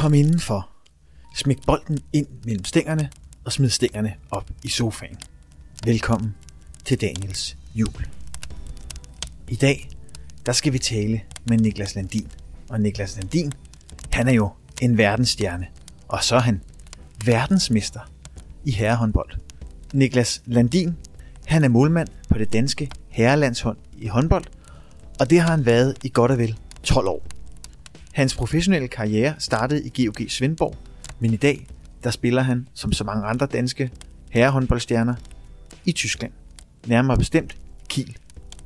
Kom indenfor. Smæk bolden ind mellem stængerne og smid stængerne op i sofaen. Velkommen til Daniels jul. I dag, der skal vi tale med Niklas Landin. Og Niklas Landin, han er jo en verdensstjerne. Og så er han verdensmester i herrehåndbold. Niklas Landin, han er målmand på det danske herrelandshold i håndbold. Og det har han været i godt og vel 12 år. Hans professionelle karriere startede i GOG Svendborg, men i dag, der spiller han, som så mange andre danske herrehåndboldstjerner, i Tyskland. Nærmere bestemt Kiel.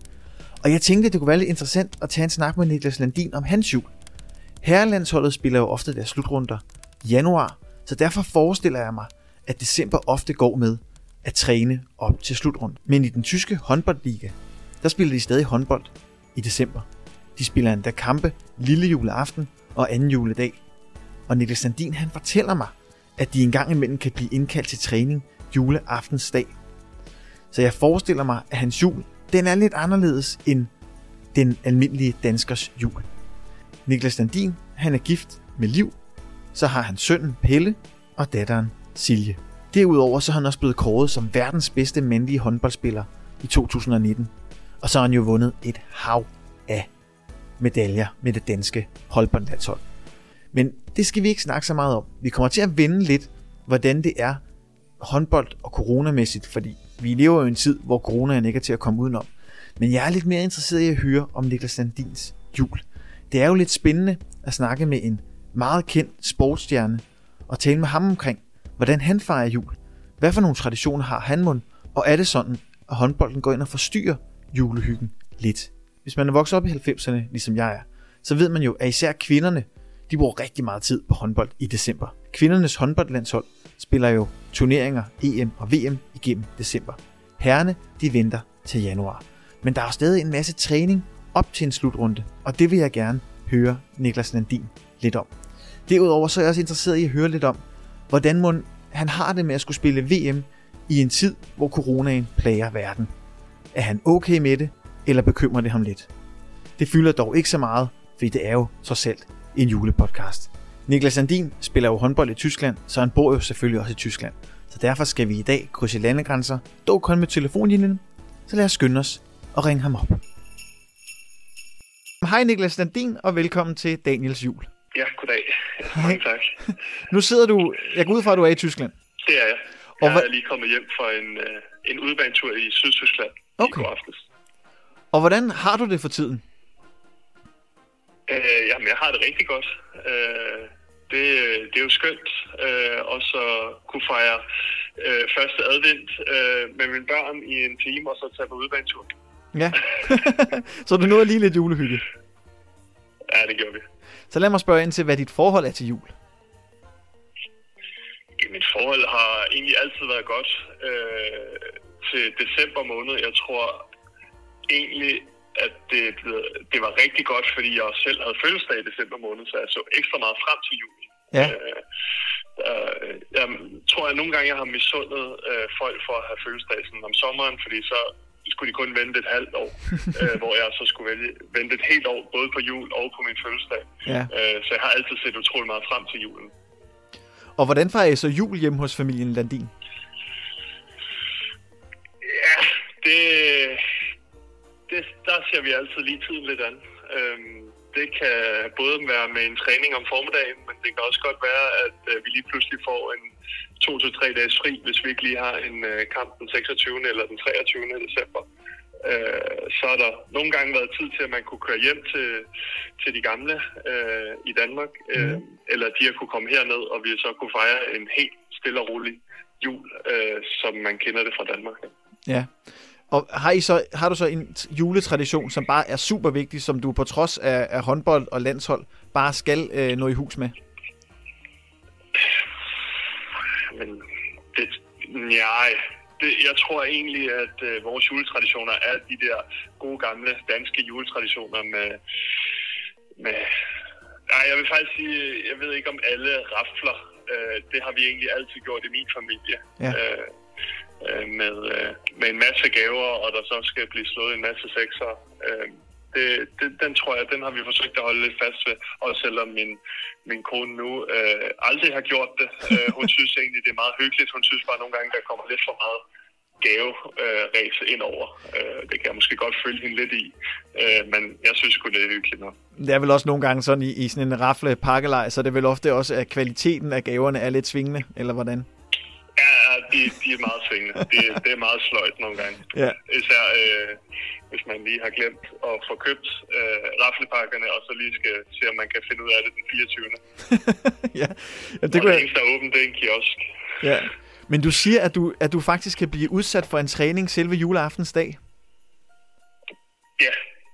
Og jeg tænkte, det kunne være lidt interessant at tage en snak med Niklas Landin om hans jul. Herrelandsholdet spiller jo ofte deres slutrunder i januar, så derfor forestiller jeg mig, at december ofte går med at træne op til slutrunden. Men i den tyske håndboldliga, der spiller de stadig håndbold i december. De spiller endda kampe lille juleaften og anden juledag. Og Niklas Landin, han fortæller mig, at de engang imellem kan blive indkaldt til træning juleaftensdag. Så jeg forestiller mig, at hans jul, den er lidt anderledes end den almindelige danskers jul. Niklas Landin, han er gift med Liv, så har han sønnen Pelle og datteren Silje. Derudover så er han også blevet kåret som verdens bedste mandlige håndboldspiller i 2019. Og så har han jo vundet et hav af medaljer med det danske håndboldlandshold. Men det skal vi ikke snakke så meget om. Vi kommer til at vende lidt, hvordan det er håndbold og coronamæssigt, fordi vi lever jo i en tid, hvor coronaen ikke er til at komme udenom. Men jeg er lidt mere interesseret i at høre om Niklas Landins jul. Det er jo lidt spændende at snakke med en meget kendt sportsstjerne og tale med ham omkring, hvordan han fejrer jul. Hvad for nogle traditioner har han mund? Og er det sådan, at håndbolden går ind og forstyrrer julehyggen lidt? Hvis man er vokset op i 90'erne, ligesom jeg er, så ved man jo, at især kvinderne, de bruger rigtig meget tid på håndbold i december. Kvindernes håndboldlandshold spiller jo turneringer, EM og VM igennem december. Herrerne, de venter til januar. Men der er jo stadig en masse træning op til en slutrunde, og det vil jeg gerne høre Niklas Landin lidt om. Derudover så er jeg også interesseret i at høre lidt om, hvordan han har det med at skulle spille VM i en tid, hvor coronaen plager verden. Er han okay med det, eller bekymrer det ham lidt? Det fylder dog ikke så meget, fordi det er jo trods alt en julepodcast. Niklas Landin spiller jo håndbold i Tyskland, så han bor jo selvfølgelig også i Tyskland. Så derfor skal vi i dag krydse landegrænser, dog kun med telefonlinjen, så lad os skynde os og ringe ham op. Hej Niklas Landin, og velkommen til Daniels jul. Ja, goddag. Mange tak. Nu sidder du, jeg går ud fra, at du er i Tyskland. Det er jeg. Jeg er lige kommet hjem fra en udbanetur i Sydtyskland i går aftes. Og hvordan har du det for tiden? Jamen, jeg har det rigtig godt. Det er jo skønt også at kunne fejre første advent med mine børn i en time, og så tage på udbanetur. Ja, så du nåede lige lidt julehygge. Ja, det gjorde vi. Så lad mig spørge ind til, hvad dit forhold er til jul. Mit forhold har egentlig altid været godt til december måned. Jeg tror egentlig, at det var rigtig godt, fordi jeg selv havde fødselsdag i december måned, så jeg så ekstra meget frem til julen. Ja. Jeg tror, at nogle gange jeg har misundet folk for at have fødselsdag sådan om sommeren, fordi så skulle de kun vente et halvt år, hvor jeg så skulle vente et helt år, både på jul og på min fødselsdag. Ja. Så jeg har altid set utrolig meget frem til julen. Og hvordan fejrer I så jul hjemme hos familien Landin? Ja, der ser vi altid lige tiden lidt an. Det kan både være med en træning om formiddagen, men det kan også godt være, at vi lige pludselig får en 2 til 3 dages fri, hvis vi ikke lige har en kamp den 26. eller den 23. december. Så har der nogle gange været tid til, at man kunne køre hjem til de gamle i Danmark, eller de har kunne komme herned, og vi så kunne fejre en helt stille og rolig jul, som man kender det fra Danmark. Ja. Og har du så en juletradition, som bare er super vigtig, som du på trods af håndbold og landshold bare skal nå i hus med? Men jeg tror egentlig, at vores juletraditioner er de der gode gamle danske juletraditioner med jeg vil faktisk sige, jeg ved ikke om alle rafler. Det har vi egentlig altid gjort i min familie. Ja. Med en masse gaver, og der så skal blive slået en masse sekser. Den tror jeg, den har vi forsøgt at holde lidt fast ved, også selvom min kone nu aldrig har gjort det. Hun synes egentlig, det er meget hyggeligt. Hun synes bare nogle gange, der kommer lidt for meget gave-ræs ind over. Det kan jeg måske godt følge hende lidt i, men jeg synes sgu, det er hyggeligt nok. Det er vel også nogle gange sådan i sådan en rafle-pakkelej, så det er vel ofte også, at kvaliteten af gaverne er lidt svingende, eller hvordan? Ja, de er meget svingende. Det er meget sløjt nogle gange. Ja. Især hvis man lige har glemt at få købt raflepakkerne, og så lige skal se, om man kan finde ud af det den 24. Ja. Og det eneste, der er åbent, det er en kiosk. Ja. Men du siger, at du faktisk kan blive udsat for en træning selve juleaftensdag? Ja.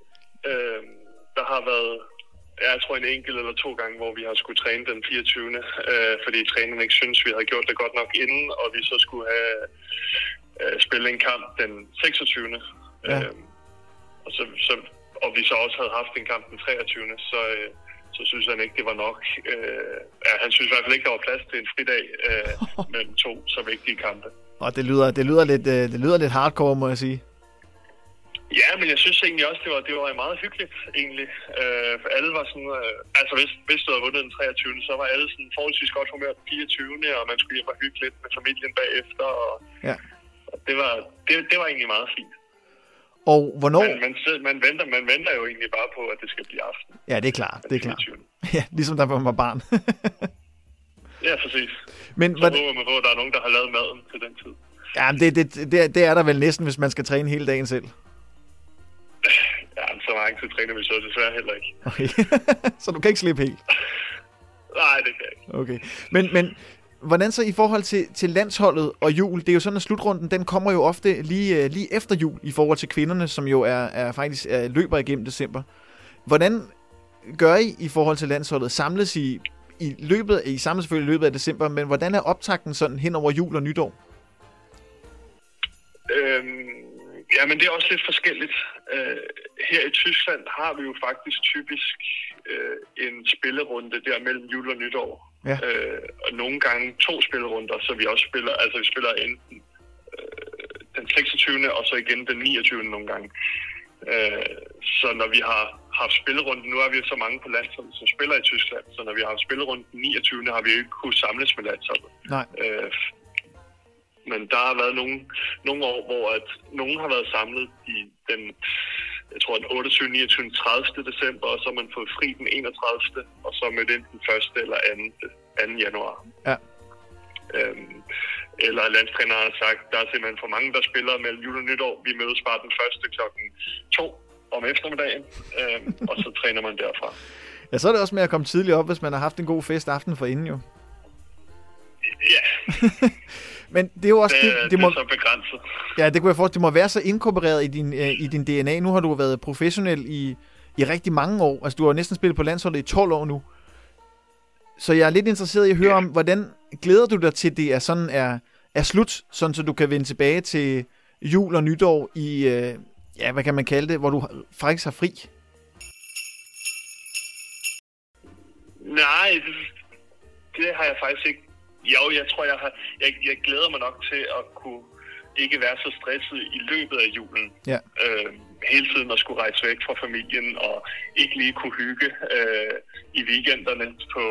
Der har været, jeg tror en enkelt eller 2 gange, hvor vi har skulle træne den 24. Fordi træneren ikke synes, vi havde gjort det godt nok inden, og vi så skulle have spillet en kamp den 26. Ja. Og vi så også havde haft en kamp den 23. Så synes han ikke, det var nok. Han synes i hvert fald ikke, der var plads til en fridag mellem 2 så vigtige kampe. Og det lyder lidt hardcore, må jeg sige. Ja, men jeg synes egentlig også, det var meget hyggeligt, egentlig. For alle var sådan, altså hvis du havde vundet den 23. så var alle sådan forholdsvis godt humør den 24. Og man skulle hjem og hygge lidt med familien bagefter. Og det var egentlig meget fint. Og hvornår? Man venter jo egentlig bare på, at det skal blive aften. Ja, det er klart. Ja, ligesom der var barn. Ja, præcis. Men så håber man på, at der er nogen, der har lavet maden til den tid. Ja, det er der vel næsten, hvis man skal træne hele dagen selv. Ja, så mange til træner vi så desværre heller ikke. Okay. Så du kan ikke slippe helt? Nej, det kan jeg ikke. Okay. Men hvordan så i forhold til landsholdet og jul? Det er jo sådan, at slutrunden, den kommer jo ofte lige efter jul i forhold til kvinderne, som jo faktisk løber igennem december. Hvordan gør I forhold til landsholdet? Samles I samles selvfølgelig i løbet af december, men hvordan er optakten sådan hen over jul og nytår? Ja, men det er også lidt forskelligt. Her i Tyskland har vi jo faktisk typisk en spillerunde der mellem jul og nytår. Ja. Og nogle gange 2 spillerunder, så vi også spiller, altså vi spiller enten den 26. og så igen den 29. nogle gange. Så når vi har haft spillerunden, nu er vi så mange på landsholdet, som spiller i Tyskland, så når vi har haft spillerunden den 29. har vi jo ikke kunnet samles med landsholdet. Nej. Men der har været nogle år, hvor at nogen har været samlet i den, jeg tror den 28., 29., 30. december, og så har man fået fri den 31. og så mødt ind den 1. eller 2. januar. Ja. Eller landstræneren har sagt, der er simpelthen for mange, der spiller mellem jul og nytår. Vi mødes bare den 1. klokken 2 om eftermiddagen, og så træner man derfra. Ja, så er det også med at komme tidligt op, hvis man har haft en god fest aften for inden jo. Ja. Men det er jo også det må, er så begrænset. Ja, det kunne jeg forestille. Det må være så inkorporeret i din DNA. Nu har du været professionel i rigtig mange år. Altså, du har næsten spillet på landsholdet i 12 år nu. Så jeg er lidt interesseret i at høre om, hvordan glæder du dig til, det er slut, sådan så du kan vende tilbage til jul og nytår i, hvad kan man kalde det, hvor du faktisk har fri? Nej, det har jeg faktisk ikke. Jo, jeg tror, jeg glæder mig nok til at kunne ikke være så stresset i løbet af julen. Ja. Hele tiden at skulle rejse væk fra familien og ikke lige kunne hygge i weekenderne på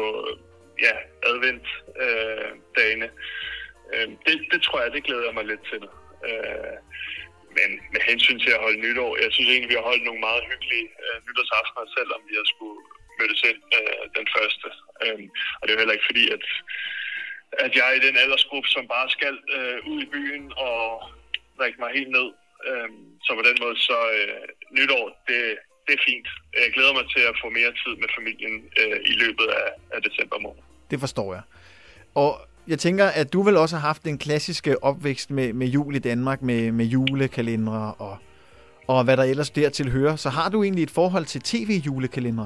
adventdagene. Det tror jeg, det glæder jeg mig lidt til. Men med hensyn til at holde nytår, jeg synes egentlig, vi har holdt nogle meget hyggelige nytårsaftener, selvom vi har skulle mødes ind den 1. Og det er jo heller ikke fordi, at jeg er i den aldersgruppe, som bare skal ud i byen og drikke mig helt ned. Så på den måde, så nytår, det er fint. Jeg glæder mig til at få mere tid med familien i løbet af december måned. Det forstår jeg. Og jeg tænker, at du vel også har haft den klassiske opvækst med jul i Danmark, med julekalendere og hvad der ellers dertil hører. Så har du egentlig et forhold til tv-julekalendere?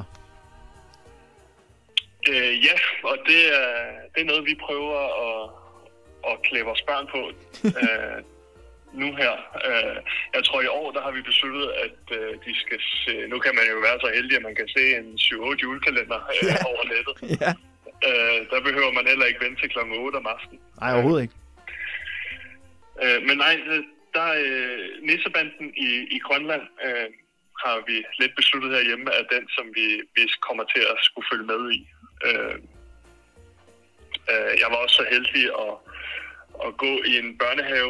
Ja, og det er noget, vi prøver at klæde vores børn på nu her. Jeg tror i år, der har vi besluttet, at de skal se, nu kan man jo være så heldig, at man kan se en 7-8 julekalender over nettet. Ja. Der behøver man heller ikke vente til kl. 8 om aftenen. Nej, overhovedet ikke. Men nej, der er Nissebanden i Grønland har vi lidt besluttet herhjemme, er den, som vi kommer til at skulle følge med i. Jeg var også så heldig at gå i en børnehave,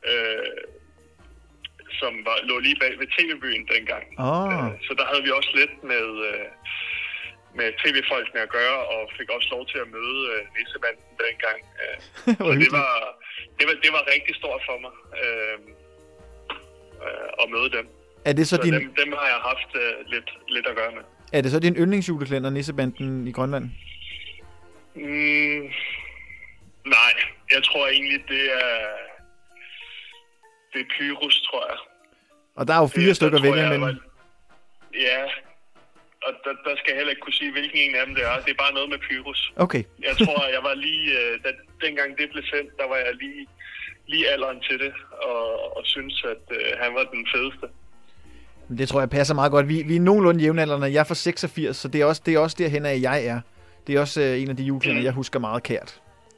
som lå lige bag ved TV-byen dengang. Så der havde vi også lidt med tv-folkene at gøre, og fik også lov til at møde nissebanden dengang. Så det var rigtig stort for mig at møde dem. Er det så dem har jeg haft lidt at gøre med. Er det så din yndlingsjulekalender, Nissebanden i Grønland? Nej, jeg tror egentlig, det er Pyrus, tror jeg. Og der er jo 4 stykker vælge imellem. Ja, og der skal jeg heller ikke kunne sige, hvilken en af dem det er. Det er bare noget med Pyrus. Okay. Jeg tror, jeg var lige, dengang det blev sendt, der var jeg lige alderen til det, og synes, at han var den fedeste. Det tror jeg passer meget godt. Vi er nogenlunde jævnaldrende. Jeg er fra 86, så det er også derhen af, jeg er. Det er også en af de julekalender, jeg husker meget kært.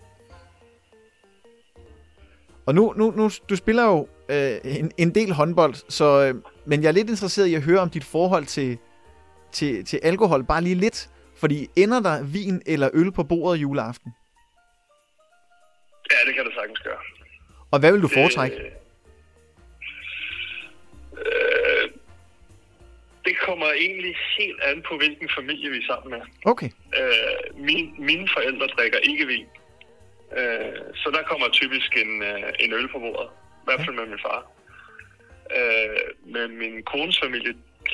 Og nu du spiller jo en del håndbold, så, men jeg er lidt interesseret i at høre om dit forhold til alkohol, bare lige lidt. Fordi ender der vin eller øl på bordet juleaften? Ja, det kan du sagtens gøre. Og hvad vil du foretrække? Det kommer egentlig helt an på, hvilken familie vi er sammen med. Okay. Mine forældre drikker ikke vin. Så der kommer typisk en øl på bordet. I hvert fald med min far. Men min kones familie,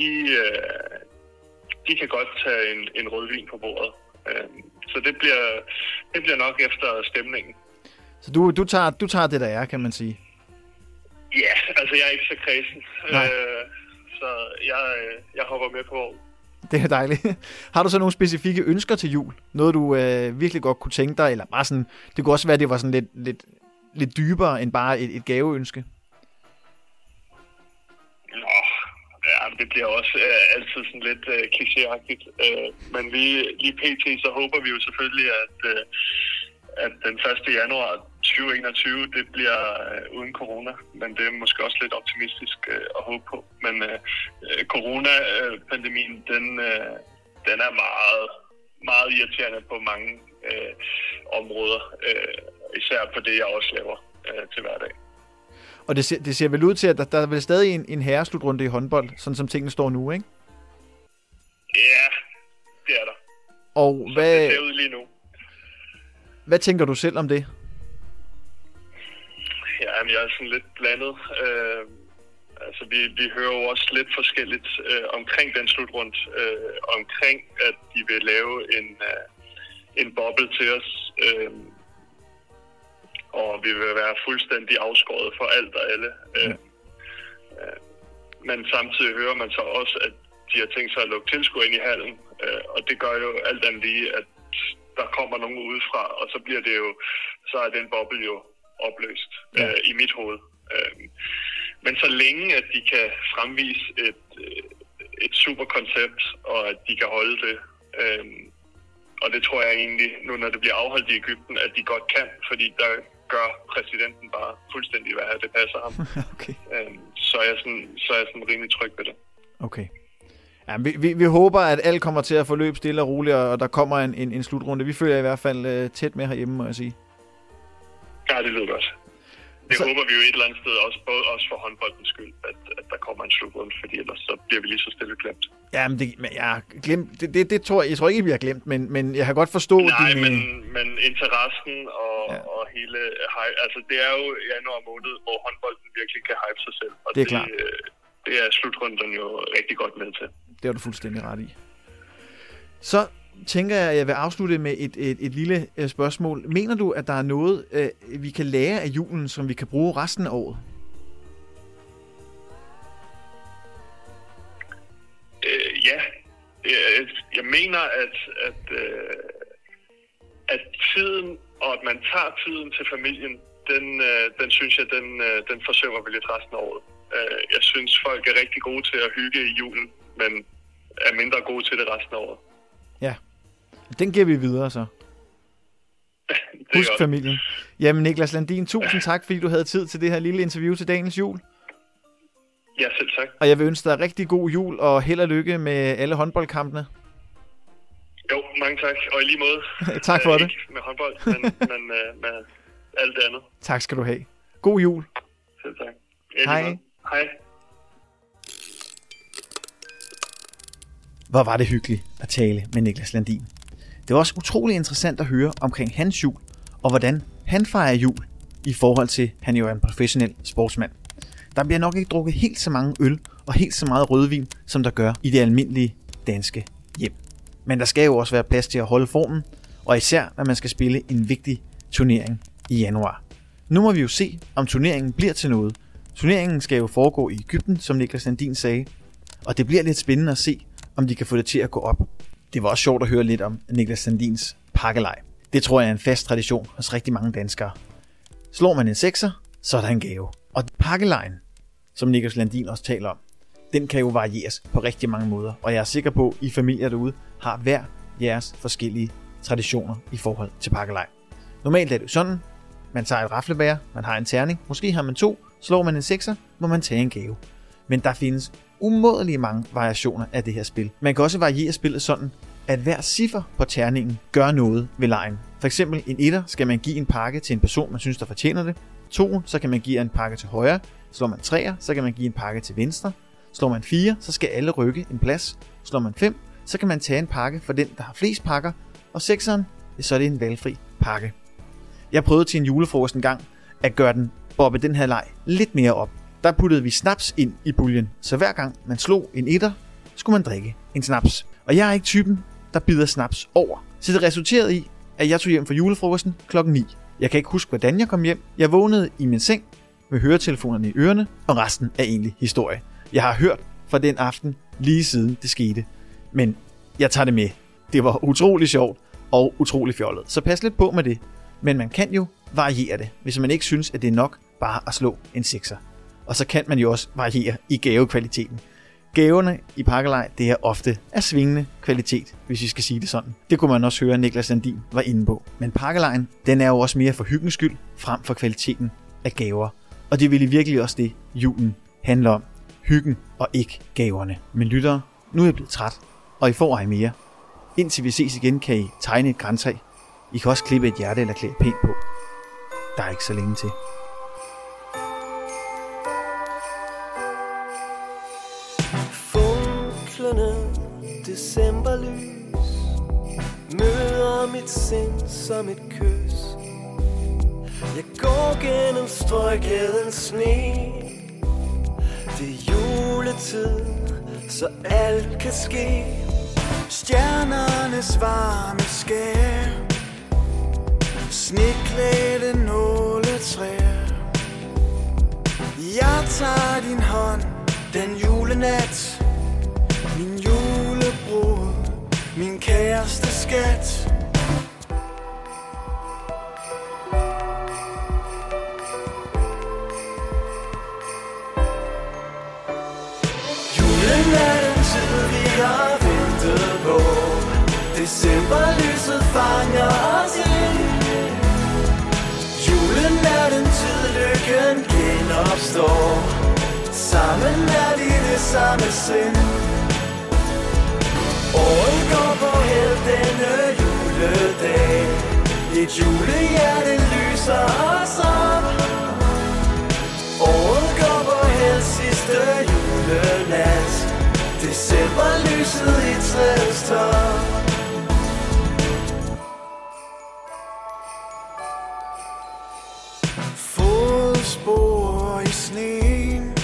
de kan godt tage en rødvin på bordet. Så det bliver nok efter stemningen. Så du tager det, der er, kan man sige? Ja, altså jeg er ikke så kredsen. Så jeg hopper med på vognen. Det er dejligt. Har du så nogle specifikke ønsker til jul? Noget, du virkelig godt kunne tænke dig? Eller bare sådan, det kunne også være, at det var sådan lidt dybere end bare et gaveønske? Ja, det bliver også altid sådan lidt klichéagtigt. Men lige pt. Så håber vi jo selvfølgelig, at den 1. januar 2021, det bliver uden corona, men det er måske også lidt optimistisk at håbe på. Men coronapandemien, den er meget, meget irriterende på mange områder, især på det, jeg også laver til hverdag. Og det ser vel ud til, at der er vel stadig en herreslutrunde i håndbold, sådan som tingene står nu, ikke? Ja, det er der. Og så det ser ud lige nu. Hvad tænker du selv om det? Ja, jeg er sådan lidt blandet. Altså, vi hører jo også lidt forskelligt omkring den slutrunde. Omkring, at de vil lave en boble til os. Og vi vil være fuldstændig afskåret for alt og alle. Men samtidig hører man så også, at de har tænkt sig at lukke tilskuere ind i hallen. Og det gør jo alt andet lige, at der kommer nogen udefra, og så bliver det jo, så er den boble jo opløst i mit hoved. Men så længe, at de kan fremvise et super koncept, og at de kan holde det, og det tror jeg egentlig, nu når det bliver afholdt i Egypten, at de godt kan, fordi der gør præsidenten bare fuldstændig, hvad det passer ham. Okay. Så er jeg sådan rimelig tryg ved det. Okay. Ja, vi håber, at alt kommer til at forløbe stille og roligt, og der kommer en slutrunde. Vi følger i hvert fald tæt med herhjemme, må jeg sige. Ja, det lyder godt. Det håber vi jo et eller andet sted, også for håndboldens skyld, at der kommer en slutrunde, fordi ellers så bliver vi lige så stille glemt. Ja, men det tror jeg tror ikke, vi har glemt, men jeg har godt forstået... Nej, men interessen og hele... Altså, det er jo januar måned, hvor håndbolden virkelig kan hype sig selv. Og det er klart. Det er slutrunden jo rigtig godt med til. Det har du fuldstændig ret i. Så tænker jeg, at jeg vil afslutte med et lille spørgsmål. Mener du, at der er noget, vi kan lære af julen, som vi kan bruge resten af året? Ja. Jeg mener, at tiden, og at man tager tiden til familien, den synes jeg, den forsøger vi lidt resten af året. Jeg synes, folk er rigtig gode til at hygge i julen, men er mindre gode til det resten af året. Ja, den giver vi videre så. Husk familien. Jamen Niklas Landin, tusind tak, fordi du havde tid til det her lille interview til Daniels jul. Ja, selv tak. Og jeg vil ønske dig rigtig god jul og held og lykke med alle håndboldkampene. Jo, mange tak. Og i lige måde. Tak for det. Ikke med håndbold, men med alt det andet. Tak skal du have. God jul. Selv tak. Hej. Hej. Hvor var det hyggeligt at tale med Niklas Landin. Det var også utrolig interessant at høre omkring hans jul, og hvordan han fejrer jul i forhold til, han jo er en professionel sportsmand. Der bliver nok ikke drukket helt så mange øl og helt så meget rødvin, som der gør i det almindelige danske hjem. Men der skal jo også være plads til at holde formen, og især når man skal spille en vigtig turnering i januar. Nu må vi jo se, om turneringen bliver til noget. Turneringen skal jo foregå i Egypten, som Niklas Landin sagde, og det bliver lidt spændende at se, om de kan få det til at gå op. Det var også sjovt at høre lidt om Niklas Landins pakkelej. Det tror jeg er en fast tradition hos rigtig mange danskere. Slår man en 6'er, så er der en gave. Og pakkelejen, som Niklas Landin også taler om, den kan jo varieres på rigtig mange måder. Og jeg er sikker på, at I familier derude har hver jeres forskellige traditioner i forhold til pakkelej. Normalt er det jo sådan, man tager et raflebær, man har en terning, måske har man 2, slår man en 6'er, må man tage en gave. Men der findes umådelige mange variationer af det her spil. Man kan også variere spillet sådan, at hver ciffer på terningen gør noget ved lejen. For eksempel en 1'er skal man give en pakke til en person, man synes, der fortjener det. 2'en, så kan man give en pakke til højre. Slår man 3'er, så kan man give en pakke til venstre. Slår man 4, så skal alle rykke en plads. Slår man 5, så kan man tage en pakke for den, der har flest pakker. Og 6'eren, så er det en valgfri pakke. Jeg prøvede til en julefrokost en gang at gøre den her leg lidt mere op. Der puttede vi snaps ind i puljen, så hver gang man slog en 1'er, skulle man drikke en snaps. Og jeg er ikke typen, der bider snaps over. Så det resulterede i, at jeg tog hjem fra julefrokosten klokken 9. Jeg kan ikke huske, hvordan jeg kom hjem. Jeg vågnede i min seng med høretelefonerne i ørerne, og resten er egentlig historie. Jeg har hørt fra den aften lige siden det skete. Men jeg tager det med. Det var utrolig sjovt og utrolig fjollet. Så pas lidt på med det. Men man kan jo variere det, hvis man ikke synes, at det er nok bare at slå en 6'er. Og så kan man jo også variere i gavekvaliteten. Gaverne i pakkelej, det er ofte af svingende kvalitet, hvis vi skal sige det sådan. Det kunne man også høre, Niklas Landin var inde på. Men pakkelejen, den er jo også mere for hyggens skyld, frem for kvaliteten af gaver. Og det vil i virkelig også det, julen handler om. Hyggen og ikke gaverne. Men lyttere, nu er jeg blevet træt, og I får ej mere. Indtil vi ses igen, kan I tegne et grantræ. I kan også klippe et hjerte eller klæde pænt på. Der er ikke så længe til. Decemberlys møder mit sind som et kys. Jeg går gennem strøgædens sne. Det er juletid, så alt kan ske. Stjernernes varme skær, sneklædte nåletræer. Jeg tager din hånd den julenat. Min julebrud, min kæreste skat. Julen er den tid, vi har ventet på. Decemberlyset fanger os ind. Julen er den tid, lykken genopstår. Sammen er vi det samme sind. Året går på held denne juledag. Et julehjerte lyser os op. Året går på held sidste julenat. Decemberlyset i træets top. Fodspor i sneen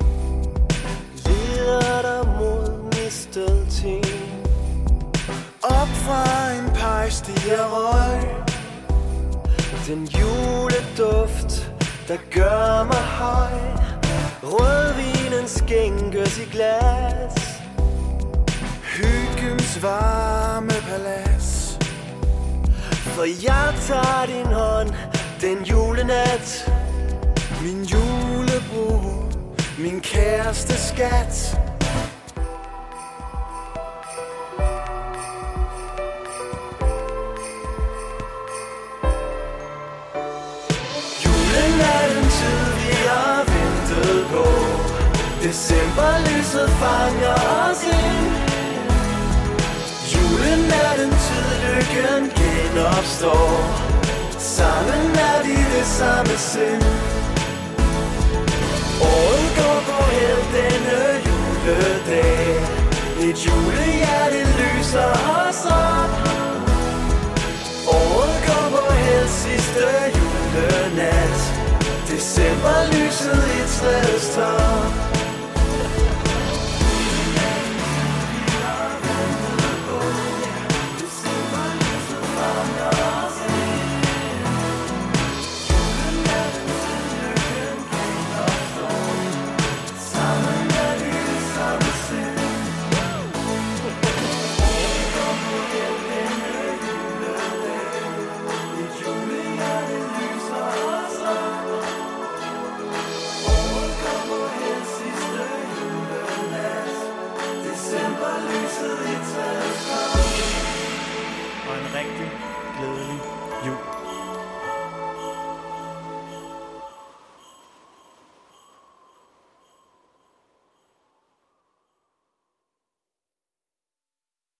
leder dig mod mistet ting. Op fra en pejs stiger røg. Den juleduft, der gør mig høj. Rødvinen skænkes i glas. Hyggens varme palads. For jeg tager din hånd den julenat. Min julebrud, min kæreste skat. Decemberlyset fanger os ind. Julen er den tid, lykken genopstår. Sammen er vi det samme sind. Året går på held denne juledag. Et julehjerte lyser os op. Året går på held sidste julenat. Decemberlyset i træets top. Og en rigtig glædelig jul.